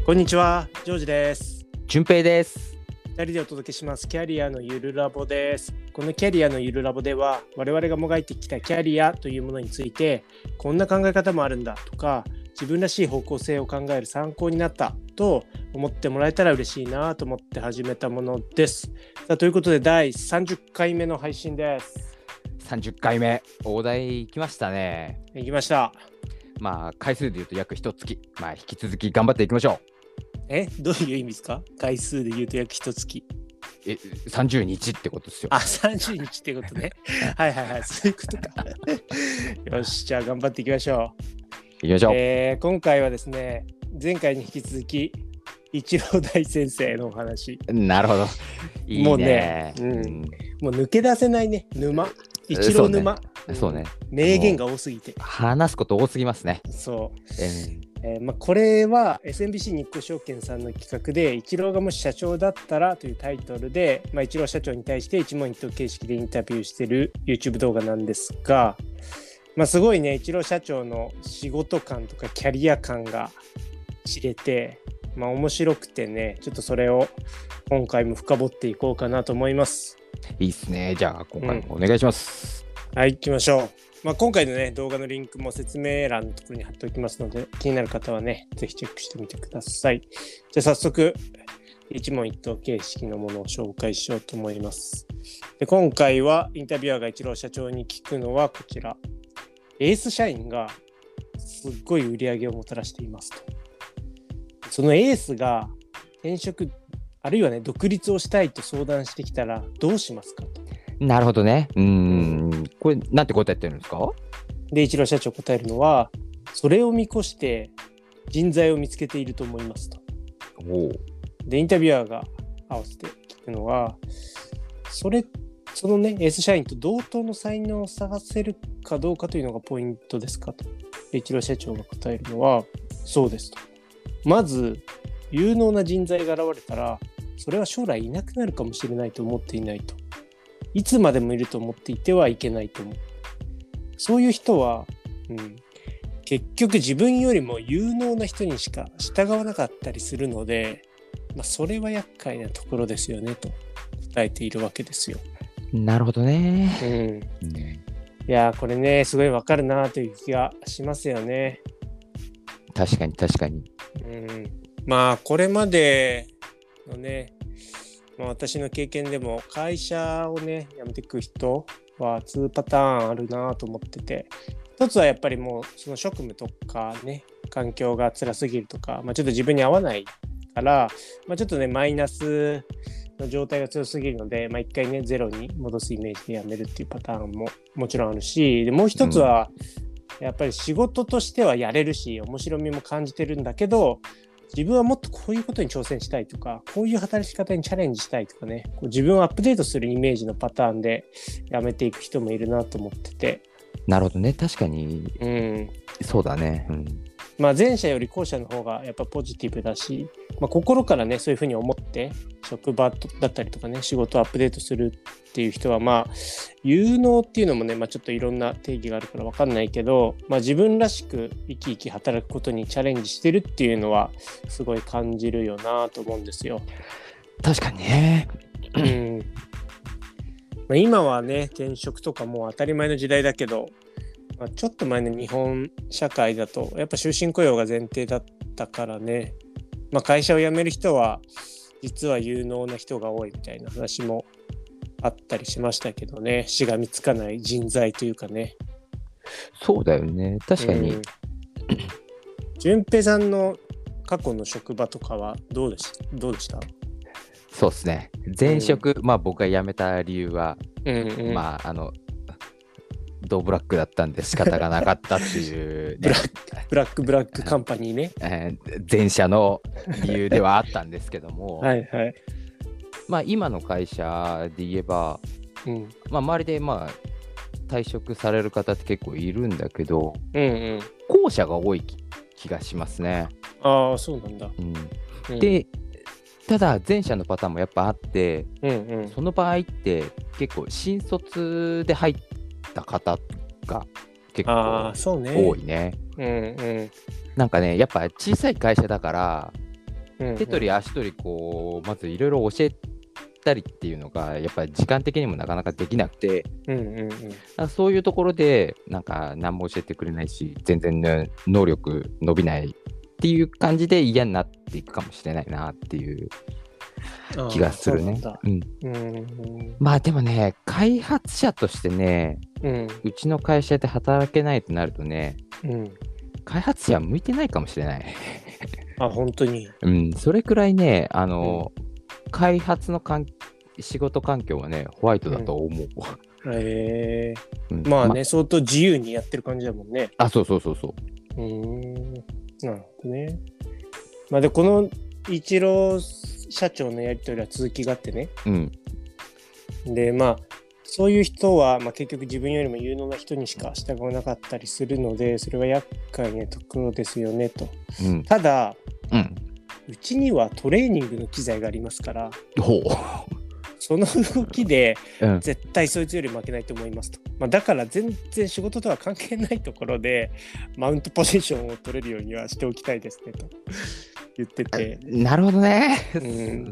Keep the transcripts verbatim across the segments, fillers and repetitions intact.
こんにちは、ジョージです。 順平です。 ふたりでお届けしますキャリアのゆるラボです。このキャリアのゆるラボでは、我々がもがいてきたキャリアというものについて、こんな考え方もあるんだとか、自分らしい方向性を考える参考になったと思ってもらえたら嬉しいなと思って始めたものです。さあ、ということでだいさんじゅっかいめの配信です。 さんじゅっかいめ、大台来ましたね。 行きました。 まあ回数で言うと約一月、まあ引き続き頑張っていきましょう。 え、どういう意味ですか？回数で言うと約一月。 え、さんじゅうにちってことですよ。 あ、さんじゅうにちってことね。はいはいはい、そういうことか。よし、じゃあ頑張っていきましょう。 いきましょう。 えー、今回はですね、前回に引き続き、一郎大先生のお話。 なるほど。いいね。 もうね、うん、もう抜け出せないね、沼。一郎沼。 そうね。 名言が多すぎて。 話すこと多すぎますね。 そう。えーえーまあ、これは エスエヌビーシー 日興証券さんの企画で、一郎がもし社長だったらというタイトルで、まあ、一郎社長に対して一問一答形式でインタビューしている YouTube 動画なんですが、まあ、すごいね、一郎社長の仕事感とかキャリア感が知れて、まあ、面白くてね、ちょっとそれを今回も深掘っていこうかなと思います。 いいっすね。じゃあ今回もお願いします。 うん、はい、行きましょう。まあ、今回のね、動画のリンクも説明欄のところに貼っておきますので、気になる方はね、ぜひチェックしてみてください。じゃあ早速、一問一答形式のものを紹介しようと思います。で、今回はインタビュアーが一郎社長に聞くのはこちら。エース社員がすっごい売り上げをもたらしていますと。そのエースが転職、あるいはね、独立をしたいと相談してきたらどうしますかと。 なるほどね。うーん。これ、なんて答えてるんですか？ で、一郎社長答えるのは、それを見越して人材を見つけていると思いますと。 おで、インタビュアーが合わせて聞くのは、それ、そのね、エース社員と同等の才能を探せるかどうかというのがポイントですかと。で、一郎社長が答えるのは、そうですと。まず、有能な人材が現れたら、それは将来いなくなるかもしれないと思っていないと。いつまでもいると思っていてはいけないと思う。そういう人は、うん、結局自分よりも有能な人にしか従わなかったりするので、まあ、それは厄介なところですよねと答えているわけですよ。 なるほどね。 うん。 うん、 いやー、これね、すごいわかるなという気がしますよね。 確かに確かに。 うん。まあこれまでのね、まあ、私の経験でも会社をね辞めていく人はにパターンあるなと思ってて、一つはやっぱりもうその職務とかね環境が辛すぎるとか、まあ、ちょっと自分に合わないから、まあ、ちょっとねマイナスの状態が強すぎるので、まあ、一回ねゼロに戻すイメージで辞めるっていうパターンももちろんあるし、でもう一つはやっぱり仕事としてはやれるし面白みも感じてるんだけど、自分はもっとこういうことに挑戦したいとか、こういう働き方にチャレンジしたいとかね、こう自分をアップデートするイメージのパターンでやめていく人もいるなと思ってて。 なるほどね。確かに、 うん、 そうだね。うん、 まあ前者より後者の方がやっぱポジティブだし、まあ、心からねそういうふうに思って職場だったりとかね仕事をアップデートするっていう人は、まあ有能っていうのもね、まあ、ちょっといろんな定義があるから分かんないけど、まあ、自分らしく生き生き働くことにチャレンジしてるっていうのはすごい感じるよなと思うんですよ。 確かにね。 うんまあ、今はね転職とかもう当たり前の時代だけど、まあ、ちょっと前の日本社会だとやっぱ終身雇用が前提だったからね、まあ、会社を辞める人は実は有能な人が多いみたいな話もあったりしましたけどね、しがみつかない人材というかね。 そうだよね。確かに。うん、 順平さんの過去の職場とかはどうでし、どうでした？ そうですね。前職、うん、まあ僕が辞めた理由は、 うんうん、 まああのドブラックだったんで仕方がなかったっていう、ね、 ブラックブラックブラックカンパニーね、 えー、前者の理由ではあったんですけどもはいはい、 まあ今の会社で言えば、うんまあ、周りでまあ退職される方って結構いるんだけど、うんうん、後者が多い気がしますね。 ああそうなんだ、 うんうん、でただ前者のパターンもやっぱあって、うんうん、その場合って結構新卒で入った方が結構多いね。うんうん、なんかねやっぱ小さい会社だからうんうん、手取り足取りこうまずいろいろ教えたりっていうのがやっぱり時間的にもなかなかできなくて、うんうんうん、そういうところでなんか何も教えてくれないし全然、ね、能力伸びないっていう感じで嫌になっていくかもしれないなっていう気がするね。うん、うんまあでもね開発者としてね、うん、うちの会社で働けないとなるとね、うん、開発者は向いてないかもしれない。 あ本当に、 うん、それくらいねあの、うん開発のかん仕事環境はねホワイトだと思う、 うん、へえ、うん、まあね、ま、相当自由にやってる感じだもんね。 あそうそうそうそう。 うーんなるほどね。まあでこのイチロー社長のやり取りは続きがあってね、うん、でまあそういう人は、まあ、結局自分よりも有能な人にしか従わなかったりするのでそれは厄介なところですよねと、うん、ただ、うんうちにはトレーニングの機材がありますからほうその動きで絶対そいつより負けないと思いますと、まあ、だから全然仕事とは関係ないところでマウントポジションを取れるようにはしておきたいですねと言ってて。 なるほどね、うん、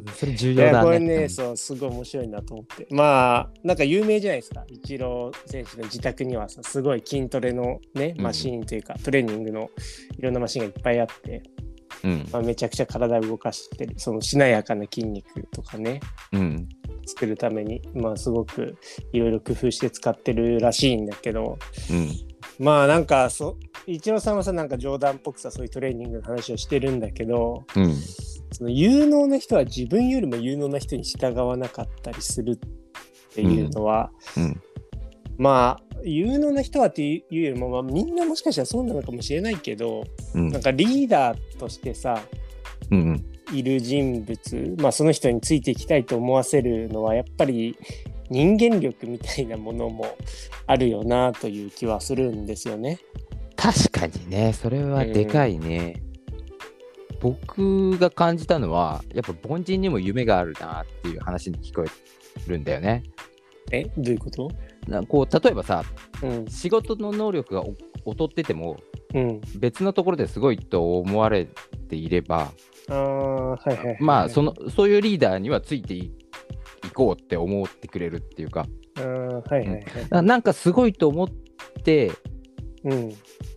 それ重要だね。 これね、そうすごい面白いなと思って、まあなんか有名じゃないですか。イチロー選手の自宅にはさすごい筋トレのねマシーンというか、うん、トレーニングのいろんなマシンがいっぱいあってうんまあ、めちゃくちゃ体を動かしてるそのしなやかな筋肉とかね、うん、作るためにまあすごくいろいろ工夫して使ってるらしいんだけど、うん、まあなんかそイチローさんはさなんか冗談っぽくさそういうトレーニングの話をしてるんだけど、うん、その有能な人は自分よりも有能な人に従わなかったりするっていうのは、うんうん、まあ有能な人はっていうよりも、まあ、みんなもしかしたらそうなのかもしれないけど、うん、なんかリーダーとしてさ、うんうん、いる人物、まあ、その人についていきたいと思わせるのはやっぱり人間力みたいなものもあるよなという気はするんですよね。 確かにねそれはでかいね、うん、僕が感じたのはやっぱ凡人にも夢があるなっていう話に聞こえるんだよね。 えどういうこと？ なこう例えばさ、うん、仕事の能力が劣ってても、うん、別のところですごいと思われていればあ、はいはいはいはい、まあそのそういうリーダーにはついて い, いこうって思ってくれるっていうかあ、はいはいはい、うん、なんかすごいと思って、うん、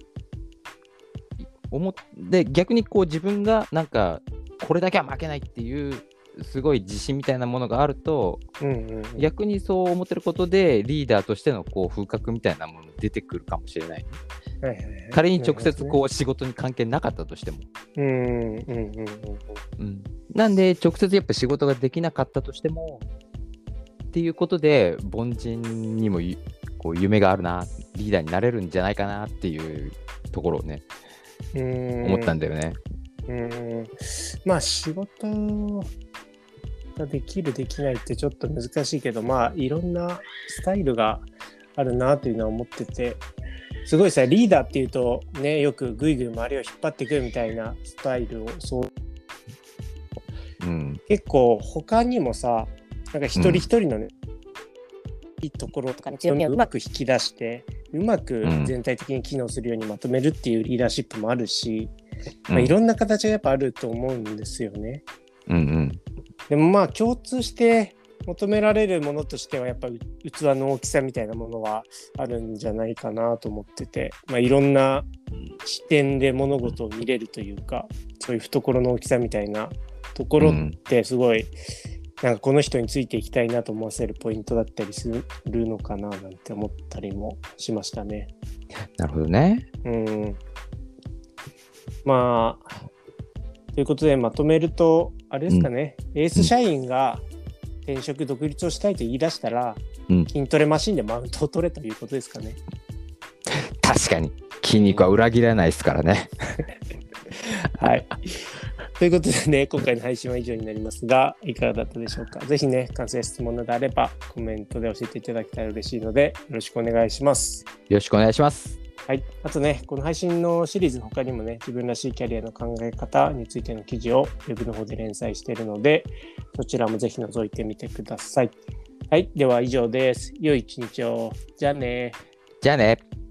思って逆にこう自分がなんかこれだけは負けないっていうすごい自信みたいなものがあると、うんうんうん、逆にそう思ってることでリーダーとしてのこう風格みたいなもの出てくるかもしれない、ねはいはいはい、仮に直接こう仕事に関係なかったとしても、うんうんうんうん、なんで直接やっぱ仕事ができなかったとしてもっていうことで凡人にもこう夢があるなリーダーになれるんじゃないかなっていうところをねうん思ったんだよね。 うんまあ仕事ができるできないってちょっと難しいけどまあいろんなスタイルがあるなというのは思っててすごいさリーダーっていうとねよくぐいぐい周りを引っ張っていくみたいなスタイルをそう、うん、結構他にもさなんか一人一人のね、うん、いいところとかね強みをうまく引き出してうまく全体的に機能するようにまとめるっていうリーダーシップもあるし、まあ、いろんな形がやっぱあると思うんですよね、うんうん、でもまあ共通して求められるものとしてはやっぱり器の大きさみたいなものはあるんじゃないかなと思ってて、まあ、いろんな視点で物事を見れるというかそういう懐の大きさみたいなところってすごい、うん、なんかこの人についていきたいなと思わせるポイントだったりするのかななんて思ったりもしましたね。 なるほどね。 うん、まあということでまとめるとあれですかね、うん、エース社員が転職独立をしたいと言い出したら、うん、筋トレマシンでマウントを取れということですかね。 確かに筋肉は裏切らないですからね。 はいということでね今回の配信は以上になりますがいかがだったでしょうか。ぜひね感想や質問などあればコメントで教えていただけたら嬉しいのでよろしくお願いします。 よろしくお願いします。 はい、あとねこの配信のシリーズの他にもね自分らしいキャリアの考え方についての記事をウェブの方で連載しているのでそちらもぜひ覗いてみてください。はいでは以上です。良い一日を。じゃあね。 じゃあね。